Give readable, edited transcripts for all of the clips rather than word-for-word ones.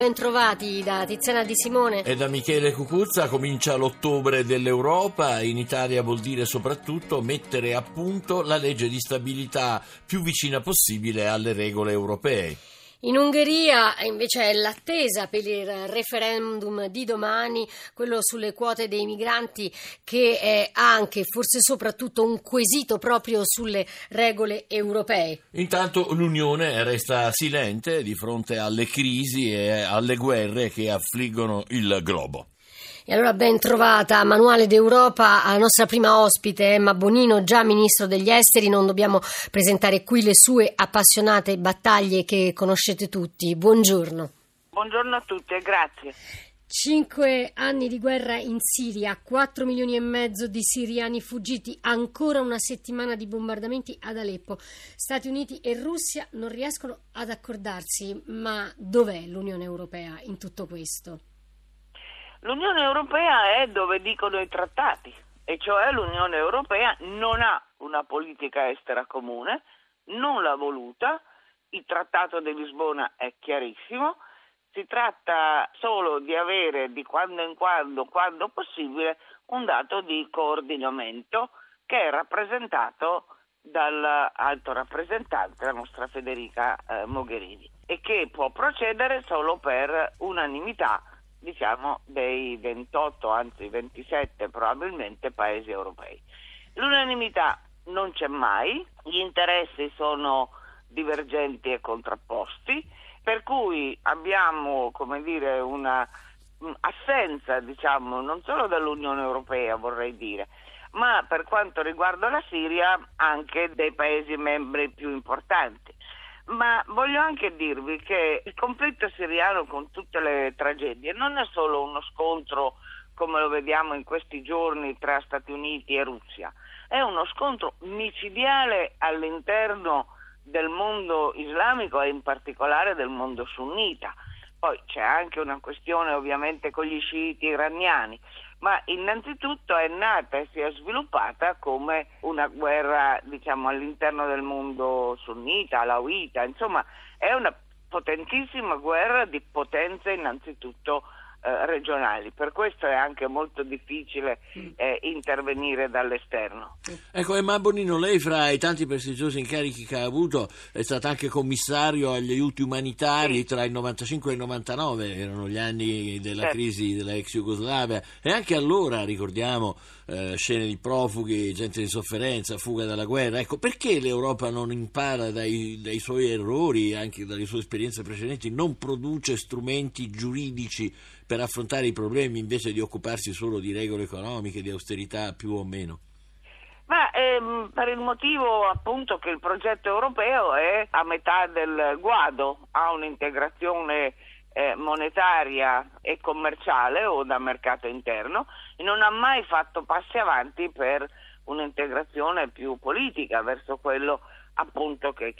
Bentrovati da Tiziana Di Simone e da Michele Cucuzza. Comincia l'ottobre dell'Europa. In Italia vuol dire soprattutto mettere a punto la legge di stabilità più vicina possibile alle regole europee. In Ungheria invece è l'attesa per il referendum di domani, quello sulle quote dei migranti, che è anche, forse soprattutto, un quesito proprio sulle regole europee. Intanto l'Unione resta silente di fronte alle crisi e alle guerre che affliggono il globo. E allora ben trovata Manuale d'Europa, la nostra prima ospite Emma Bonino, già Ministro degli Esteri. Non dobbiamo presentare qui le sue appassionate battaglie che conoscete tutti. Buongiorno. Buongiorno a tutti e grazie. 5 anni di guerra in Siria, 4 milioni e mezzo di siriani fuggiti, ancora una settimana di bombardamenti ad Aleppo. Stati Uniti e Russia non riescono ad accordarsi, ma dov'è l'Unione Europea in tutto questo? L'Unione Europea è dove dicono i trattati, e cioè l'Unione Europea non ha una politica estera comune, non l'ha voluta, il Trattato di Lisbona è chiarissimo, si tratta solo di avere di quando in quando possibile, un dato di coordinamento che è rappresentato dall'alto rappresentante, la nostra Federica Mogherini, e che può procedere solo per unanimità, diciamo, dei 28, anzi 27 probabilmente paesi europei. L'unanimità non c'è mai, gli interessi sono divergenti e contrapposti, per cui abbiamo, come dire, una assenza, diciamo, non solo dell'Unione Europea, vorrei dire, ma per quanto riguarda la Siria anche dei paesi membri più importanti. Ma voglio anche dirvi che il conflitto siriano, con tutte le tragedie, non è solo uno scontro come lo vediamo in questi giorni tra Stati Uniti e Russia, è uno scontro micidiale all'interno del mondo islamico e in particolare del mondo sunnita. Poi c'è anche una questione ovviamente con gli sciiti iraniani, ma innanzitutto è nata e si è sviluppata come una guerra, diciamo, all'interno del mondo sunnita, alawita, insomma è una potentissima guerra di potenze innanzitutto regionali, per questo è anche molto difficile intervenire dall'esterno. Ecco, Emma Bonino, lei fra i tanti prestigiosi incarichi che ha avuto è stata anche commissario agli aiuti umanitari tra il 95 e il 99, erano gli anni della crisi della ex Jugoslavia, e anche allora ricordiamo scene di profughi, gente in sofferenza, fuga dalla guerra. Ecco, perché l'Europa non impara dai suoi errori, anche dalle sue esperienze precedenti, non produce strumenti giuridici per affrontare i problemi invece di occuparsi solo di regole economiche, di austerità più o meno? Ma per il motivo appunto che il progetto europeo è a metà del guado, ha un'integrazione monetaria e commerciale o da mercato interno, e non ha mai fatto passi avanti per un'integrazione più politica verso quello appunto che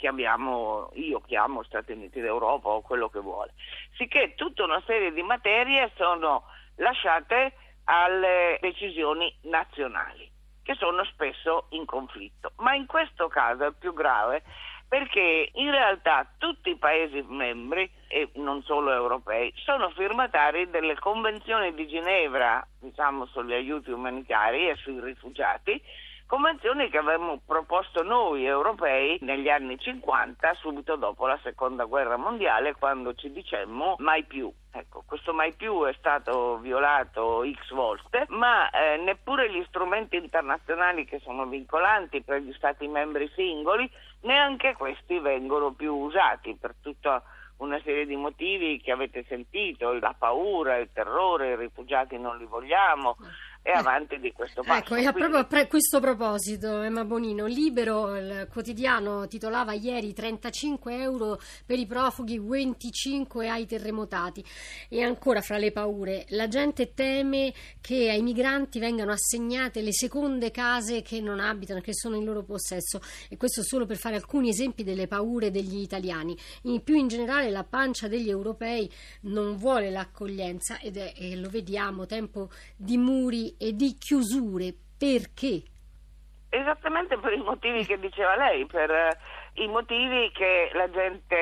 io chiamo Stati Uniti d'Europa o quello che vuole, sicché tutta una serie di materie sono lasciate alle decisioni nazionali, che sono spesso in conflitto. Ma in questo caso è più grave perché in realtà tutti i Paesi membri, e non solo europei, sono firmatari delle convenzioni di Ginevra, diciamo, sugli aiuti umanitari e sui rifugiati, convenzioni che avevamo proposto noi europei negli anni 50, subito dopo la Seconda Guerra Mondiale, quando ci dicemmo mai più. Ecco, questo mai più è stato violato X volte, ma neppure gli strumenti internazionali che sono vincolanti per gli Stati membri singoli, neanche questi vengono più usati per tutta una serie di motivi che avete sentito, la paura, il terrore, i rifugiati non li vogliamo, e avanti di questo passo. Ecco, e proprio a questo proposito, Emma Bonino, Libero, il quotidiano, titolava ieri 35 euro per i profughi, 25 ai terremotati. E ancora, fra le paure, la gente teme che ai migranti vengano assegnate le seconde case che non abitano, che sono in loro possesso, e questo solo per fare alcuni esempi delle paure degli italiani. Più in generale la pancia degli europei non vuole l'accoglienza e lo vediamo, tempo di muri e di chiusure. Perché? Esattamente per i motivi che diceva lei, per i motivi che la gente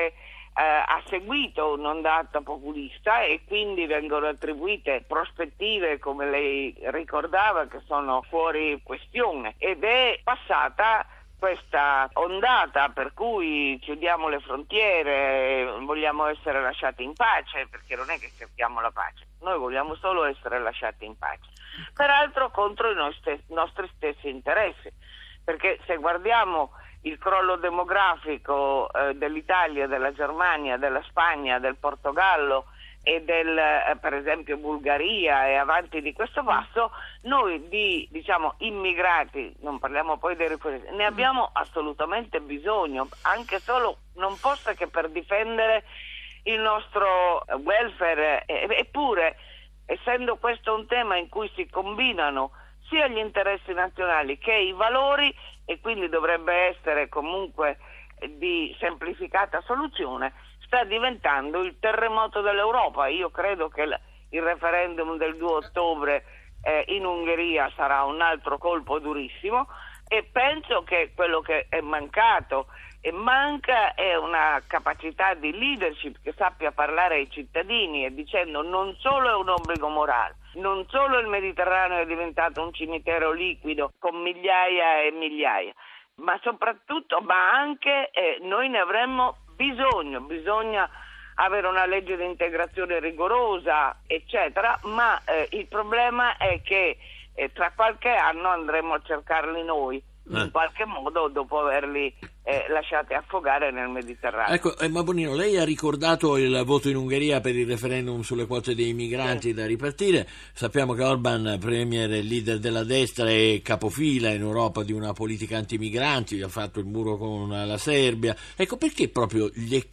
ha seguito un'ondata populista e quindi vengono attribuite prospettive, come lei ricordava, che sono fuori questione, ed è passata questa ondata per cui chiudiamo le frontiere, vogliamo essere lasciati in pace, perché non è che cerchiamo la pace, noi vogliamo solo essere lasciati in pace, peraltro contro i nostri stessi interessi, perché se guardiamo il crollo demografico dell'Italia, della Germania, della Spagna, del Portogallo e per esempio Bulgaria e avanti di questo passo, noi di immigrati, non parliamo poi dei rifugiati, ne abbiamo assolutamente bisogno, anche solo non fosse che per difendere il nostro welfare, eppure essendo questo un tema in cui si combinano sia gli interessi nazionali che i valori, e quindi dovrebbe essere comunque di semplificata soluzione, sta diventando il terremoto dell'Europa. Io credo che il referendum del 2 ottobre in Ungheria sarà un altro colpo durissimo, e penso che quello che è mancato e manca è una capacità di leadership che sappia parlare ai cittadini e dicendo non solo è un obbligo morale, non solo il Mediterraneo è diventato un cimitero liquido con migliaia e migliaia, ma soprattutto, ma anche noi ne avremmo bisogna avere una legge di integrazione rigorosa, eccetera, ma il problema è che tra qualche anno andremo a cercarli noi, in qualche modo, dopo averli lasciati affogare nel Mediterraneo. Ecco, ma Bonino, lei ha ricordato il voto in Ungheria per il referendum sulle quote dei migranti da ripartire. Sappiamo che Orban, premier e leader della destra, è capofila in Europa di una politica antimigranti, ha fatto il muro con la Serbia. Ecco, perché proprio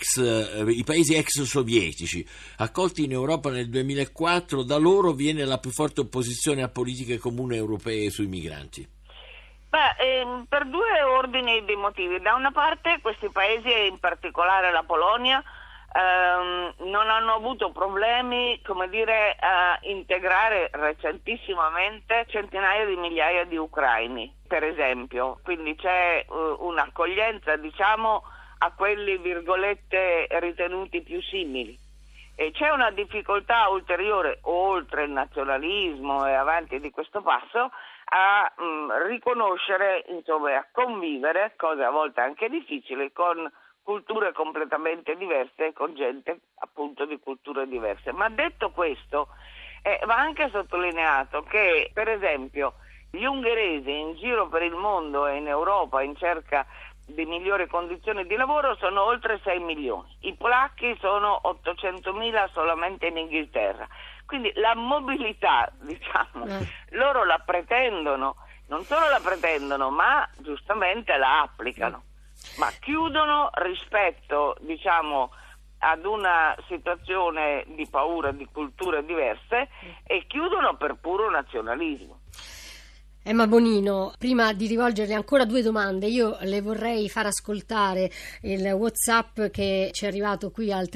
i paesi ex sovietici, accolti in Europa nel 2004, da loro viene la più forte opposizione a politiche comuni europee sui migranti? Per due ordini di motivi. Da una parte questi paesi, e in particolare la Polonia, non hanno avuto problemi, a integrare recentissimamente centinaia di migliaia di ucraini, per esempio. Quindi c'è un'accoglienza, a quelli, virgolette, ritenuti più simili. E c'è una difficoltà ulteriore, oltre il nazionalismo e avanti di questo passo, a riconoscere, a convivere, cosa a volte anche difficile, con culture completamente diverse, con gente appunto di culture diverse. Ma detto questo, va anche sottolineato che, per esempio, gli ungheresi in giro per il mondo e in Europa in cerca di migliori condizioni di lavoro sono oltre 6 milioni. I polacchi sono 800.000 solamente in Inghilterra. Quindi la mobilità, loro la pretendono, non solo la pretendono, ma giustamente la applicano. Ma chiudono rispetto, ad una situazione di paura di culture diverse, e chiudono per puro nazionalismo. Emma Bonino, prima di rivolgerle ancora due domande, io le vorrei far ascoltare il WhatsApp che ci è arrivato qui al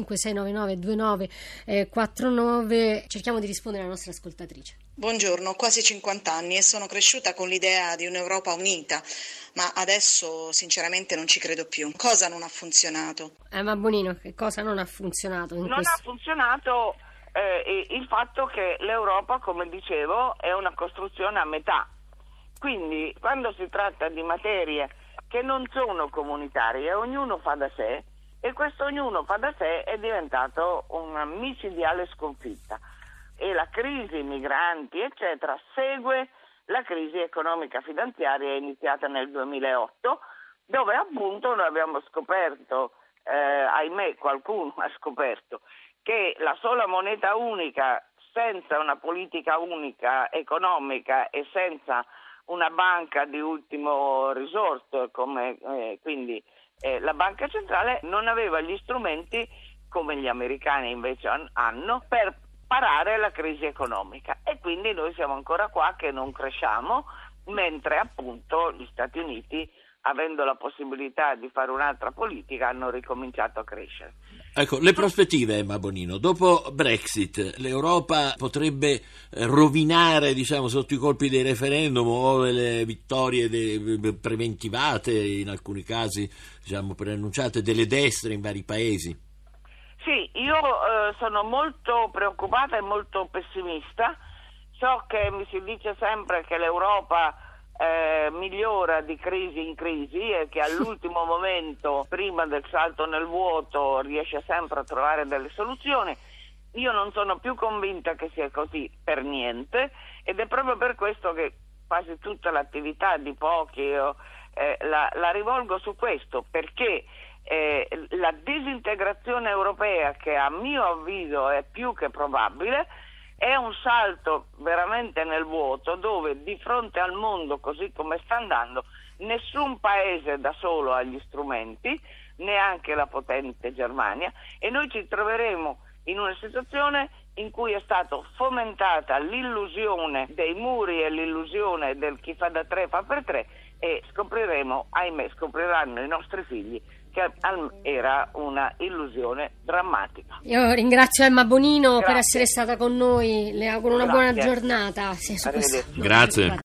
335-699-2949. Cerchiamo di rispondere alla nostra ascoltatrice. Buongiorno, ho quasi 50 anni e sono cresciuta con l'idea di un'Europa unita, ma adesso sinceramente non ci credo più. Cosa non ha funzionato? Emma Bonino, che cosa non ha funzionato? Ha funzionato il fatto che l'Europa, come dicevo, è una costruzione a metà. Quindi quando si tratta di materie che non sono comunitarie, ognuno fa da sé, e questo ognuno fa da sé è diventato una micidiale sconfitta, e la crisi migranti eccetera segue la crisi economica finanziaria iniziata nel 2008, dove appunto noi abbiamo scoperto, ahimè qualcuno ha scoperto, che la sola moneta unica, senza una politica unica economica e senza una banca di ultimo risorso come quindi la banca centrale, non aveva gli strumenti, come gli americani invece hanno, per parare la crisi economica, e quindi noi siamo ancora qua che non cresciamo, mentre appunto gli Stati Uniti, avendo la possibilità di fare un'altra politica, hanno ricominciato a crescere. Ecco, le prospettive, Emma Bonino. Dopo Brexit, l'Europa potrebbe rovinare, diciamo, sotto i colpi dei referendum o le vittorie preventivate, in alcuni casi, diciamo, preannunciate, delle destre in vari paesi? Sì, io sono molto preoccupata e molto pessimista. So che mi si dice sempre che l'Europa migliora di crisi in crisi e che all'ultimo momento, prima del salto nel vuoto, riesce sempre a trovare delle soluzioni. Io non sono più convinta che sia così per niente, ed è proprio per questo che quasi tutta l'attività di pochi la rivolgo su questo, perché la disintegrazione europea, che a mio avviso è più che probabile, è un salto veramente nel vuoto, dove di fronte al mondo così come sta andando nessun paese da solo ha gli strumenti, neanche la potente Germania, e noi ci troveremo in una situazione in cui è stata fomentata l'illusione dei muri e l'illusione del chi fa da tre fa per tre, e scopriranno i nostri figli che era una illusione drammatica. Io ringrazio Emma Bonino Grazie. per essere stata con noi, le auguro una buona giornata. Arrivederci. Grazie.